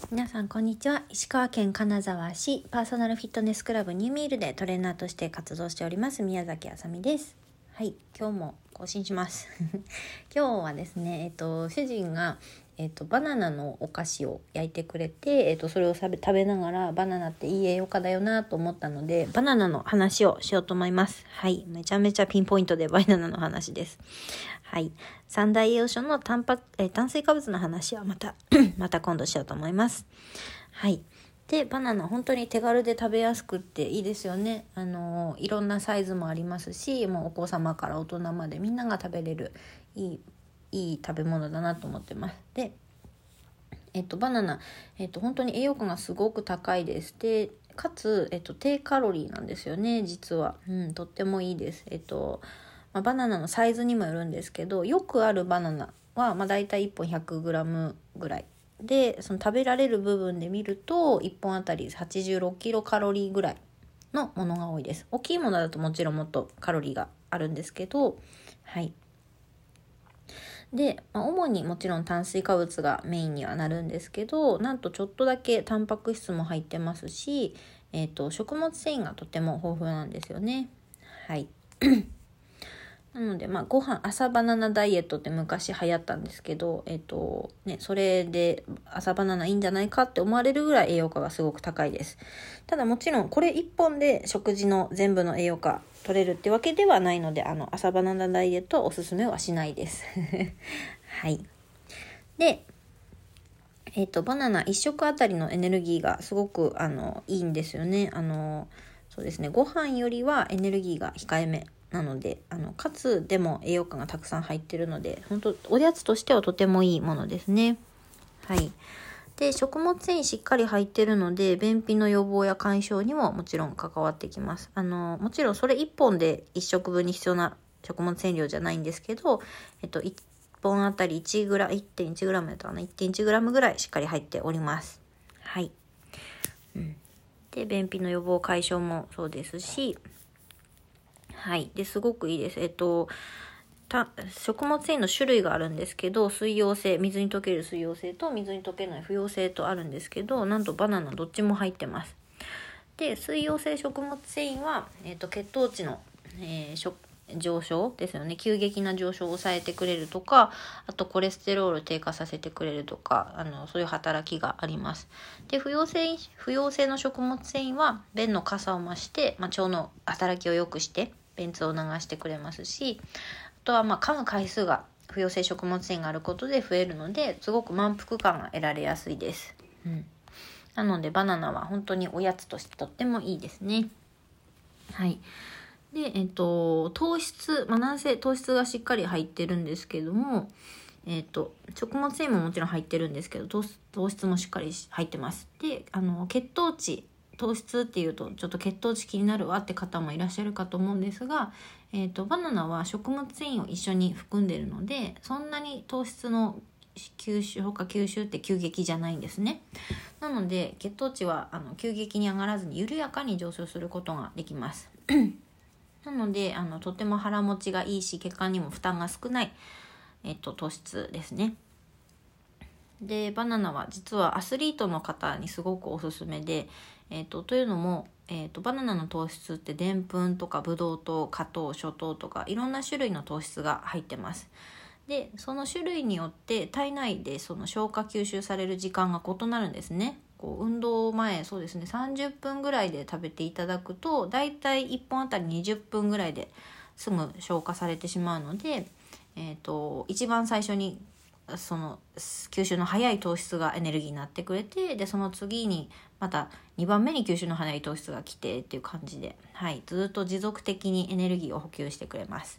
皆さんこんにちは。石川県金沢市パーソナルフィットネスクラブニューミールでトレーナーとして活動しております宮崎あさみです。はい、今日も更新します今日はですね、主人がバナナのお菓子を焼いてくれて、それを食べながらバナナっていい栄養価だよなと思ったので、バナナの話をしようと思います。はい、めちゃめちゃピンポイントでバナナの話です。はい、三大栄養素の炭水化物の話はまた今度しようと思います。はい。で、バナナ本当に手軽で食べやすくっていいですよね。いろんなサイズもありますし、もうお子様から大人までみんなが食べれるいい食べ物だなと思ってます。で、バナナ、本当に栄養価がすごく高いです。で、かつ、低カロリーなんですよね、実は。とってもいいです。バナナのサイズにもよるんですけど、よくあるバナナは、だいたい1本 100g ぐらい。で、その食べられる部分で見ると、1本あたり86キロカロリーぐらいのものが多いです。大きいものだともちろんもっとカロリーがあるんですけど、はい。で、主にもちろん炭水化物がメインにはなるんですけど、なんとちょっとだけタンパク質も入ってますし、食物繊維がとても豊富なんですよね。はい。なので、ご飯、朝バナナダイエットって昔流行ったんですけど、それで朝バナナいいんじゃないかって思われるぐらい栄養価がすごく高いです。ただもちろんこれ1本で食事の全部の栄養価取れるってわけではないので、朝バナナダイエットはおすすめはしないです。はい。で、バナナ1食あたりのエネルギーがすごくいいんですよね。そうですね、ご飯よりはエネルギーが控えめなので、かつでも栄養価がたくさん入ってるので、本当おやつとしてはとてもいいものですね。はい。で、食物繊維しっかり入ってるので、便秘の予防や解消にももちろん関わってきます。もちろんそれ1本で1食分に必要な食物繊維量じゃないんですけど、1本あたり 1.1g だったかな、1.1g ぐらいしっかり入っております。はい。で、便秘の予防解消もそうですし、はい。で、すごくいいです。食物繊維の種類があるんですけど、水溶性、水に溶ける水溶性と水に溶けない不溶性とあるんですけど、なんとバナナどっちも入ってます。で、水溶性食物繊維は、血糖値の、上昇ですよね。急激な上昇を抑えてくれるとか、あとコレステロール低下させてくれるとか、そういう働きがあります。で、不溶性の食物繊維は便のかさを増して、腸の働きを良くして便通を流してくれますし、あとは噛む回数が不溶性食物繊維があることで増えるので、すごく満腹感が得られやすいです。なのでバナナは本当におやつとしてとってもいいですね。はい。で、糖質、なんせ糖質がしっかり入ってるんですけども、食物繊維ももちろん入ってるんですけど、糖質もしっかり入ってます。で、血糖値、糖質っていうとちょっと血糖値気になるわって方もいらっしゃるかと思うんですが、バナナは食物繊維を一緒に含んでるので、そんなに糖質の吸収って急激じゃないんですね。なので血糖値は急激に上がらずに緩やかに上昇することができますなのでとても腹持ちがいいし、血管にも負担が少ない、糖質ですね。で、バナナは実はアスリートの方にすごくおすすめで、というのも、バナナの糖質ってでんぷんとかブドウ糖、果糖、諸糖とかいろんな種類の糖質が入ってます。で、その種類によって体内でその消化吸収される時間が異なるんですね。運動前、そうですね、30分ぐらいで食べていただくと、だいたい1本あたり20分ぐらいですぐ消化されてしまうので、一番最初にその吸収の早い糖質がエネルギーになってくれて、でその次にまた2番目に吸収の早い糖質が来てっていう感じで、はい、ずっと持続的にエネルギーを補給してくれます。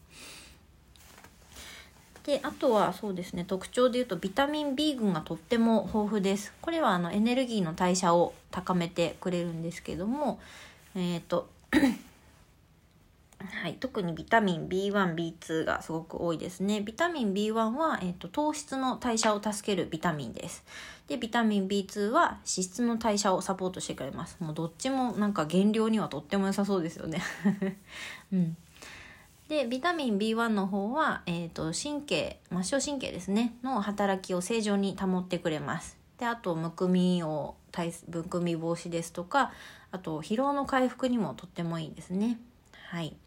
で、あとはそうですね、特徴でいうとビタミン B 群がとっても豊富です。これはエネルギーの代謝を高めてくれるんですけども、はい、特にビタミン B1、B2 がすごく多いですね。ビタミン B1 は、糖質の代謝を助けるビタミンです。で、ビタミン B2 は脂質の代謝をサポートしてくれます。もうどっちもなんか減量にはとっても良さそうですよね。で、ビタミン B1 の方は、神経、末梢神経ですね、の働きを正常に保ってくれます。 であとむくみ防止ですとか、あと疲労の回復にもとってもいいですね。はい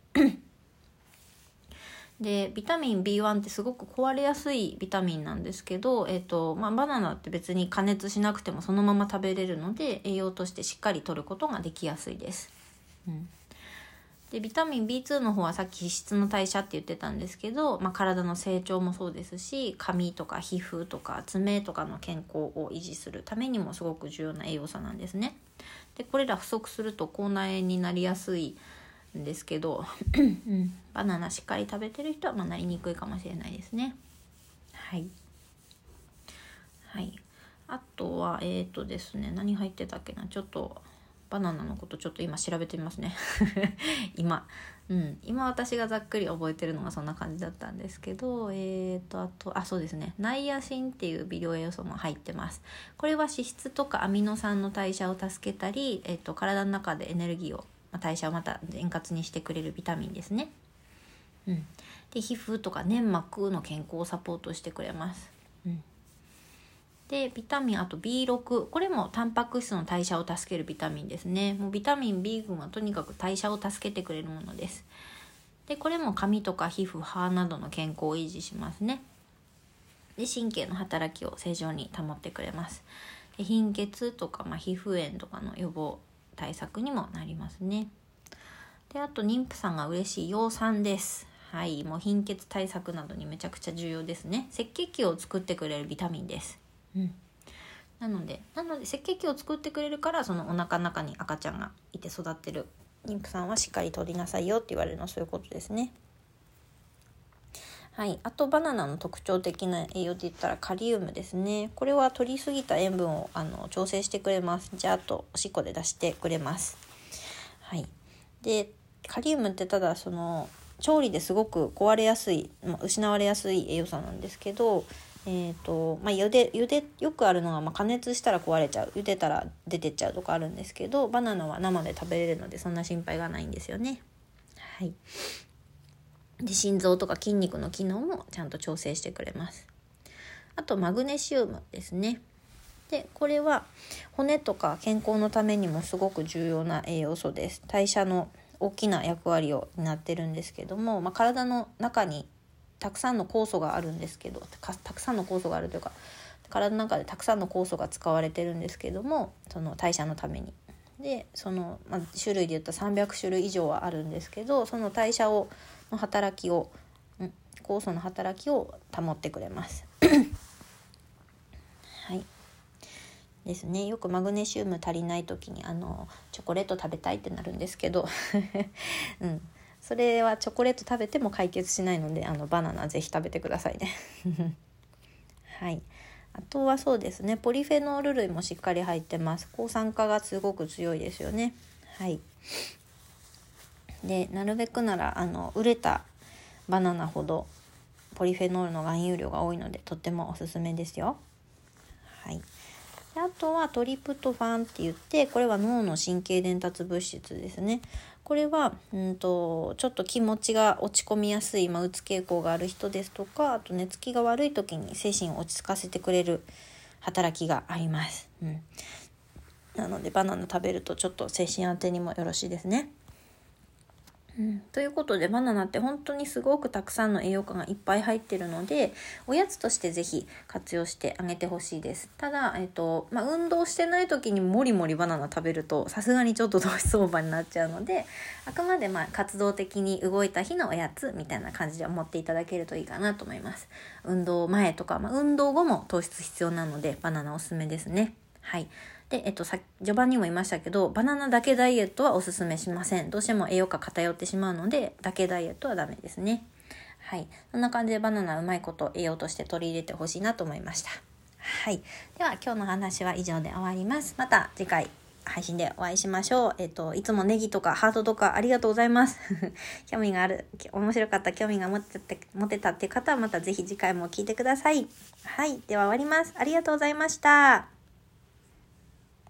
でビタミン B1 ってすごく壊れやすいビタミンなんですけど、バナナって別に加熱しなくてもそのまま食べれるので、栄養としてしっかり摂ることができやすいです。でビタミン B2 の方はさっき脂質の代謝って言ってたんですけど、体の成長もそうですし、髪とか皮膚とか爪とかの健康を維持するためにもすごく重要な栄養素なんですね。でこれら不足すると口内炎になりやすいんですけどバナナしっかり食べてる人はなりにくいかもしれないですね。あとはですね、何入ってたっけな、ちょっとバナナのことちょっと今調べてみますね今私がざっくり覚えてるのがそんな感じだったんですけど、そうですね、ナイアシンっていう微量栄養素も入ってます。これは脂質とかアミノ酸の代謝を助けたり、体の中でエネルギーを代謝をまた円滑にしてくれるビタミンですね。で皮膚とか粘膜の健康をサポートしてくれます。でビタミンあと B6、 これもタンパク質の代謝を助けるビタミンですね。もうビタミン B 群はとにかく代謝を助けてくれるものです。でこれも髪とか皮膚、歯などの健康を維持しますね。で神経の働きを正常に保ってくれます。で貧血とか、皮膚炎とかの予防対策にもなりますね。であと妊婦さんが嬉しい葉酸です。もう貧血対策などにめちゃくちゃ重要ですね。赤血球を作ってくれるビタミンです。なので赤血球を作ってくれるから、そのお腹の中に赤ちゃんがいて育ってる妊婦さんはしっかり取りなさいよって言われるのはそういうことですね。あとバナナの特徴的な栄養って言ったらカリウムですね。これは摂りすぎた塩分を調整してくれます。じゃあとおしっこで出してくれます。でカリウムってただその調理ですごく壊れやすい、失われやすい栄養素なんですけど、茹でよくあるのが、加熱したら壊れちゃう、茹でたら出てっちゃうとかあるんですけど、バナナは生で食べれるのでそんな心配がないんですよね。で心臓とか筋肉の機能もちゃんと調整してくれます。あとマグネシウムですね。でこれは骨とか健康のためにもすごく重要な栄養素です。代謝の大きな役割を担ってるんですけども、体の中にたくさんの酵素があるんですけど、たくさんの酵素があるというか、体の中でたくさんの酵素が使われてるんですけども、その代謝のために。でその、種類で言ったら300種類以上はあるんですけど、その代謝の働きを、酵素の働きを保ってくれますですね。よくマグネシウム足りない時にチョコレート食べたいってなるんですけどそれはチョコレート食べても解決しないので、バナナぜひ食べてくださいねあとはそうですね、ポリフェノール類もしっかり入ってます。抗酸化がすごく強いですよね。でなるべくなら熟れたバナナほどポリフェノールの含有量が多いのでとってもおすすめですよ。であとはトリプトファンって言って、これは脳の神経伝達物質ですね。これはちょっと気持ちが落ち込みやすい、うつ傾向がある人ですとか、あと寝つきが悪い時に精神を落ち着かせてくれる働きがあります。なのでバナナ食べるとちょっと精神安定にもよろしいですね。ということでバナナって本当にすごくたくさんの栄養価がいっぱい入ってるので、おやつとしてぜひ活用してあげてほしいです。ただ、運動してない時にもりもりバナナ食べるとさすがにちょっと糖質オーバーになっちゃうので、あくまで活動的に動いた日のおやつみたいな感じで思っていただけるといいかなと思います。運動前とか、運動後も糖質必要なのでバナナおすすめですね。で、序盤にも言いましたけど、バナナだけダイエットはおすすめしません。どうしても栄養価偏ってしまうので、だけダイエットはダメですね。そんな感じでバナナうまいこと栄養として取り入れてほしいなと思いました。では今日の話は以上で終わります。また次回配信でお会いしましょう。いつもネギとかハートとかありがとうございます。興味がある、面白かった、興味が持てたっていう方はまたぜひ次回も聞いてください。では終わります。ありがとうございました。